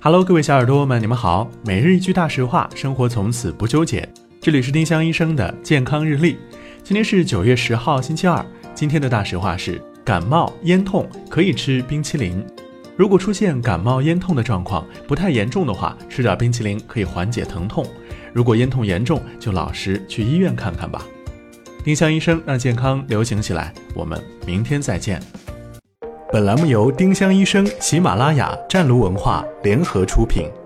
Hello， 各位小耳朵们，你们好。每日一句大实话，生活从此不纠结。这里是丁香医生的健康日历。今天是9月10号，星期二。今天的大实话是：感冒咽痛可以吃冰淇淋。如果出现感冒咽痛的状况，不太严重的话，吃点冰淇淋可以缓解疼痛。如果咽痛严重，就老实去医院看看吧。丁香医生让健康流行起来，我们明天再见。本栏目由丁香医生、喜马拉雅、湛卢文化联合出品。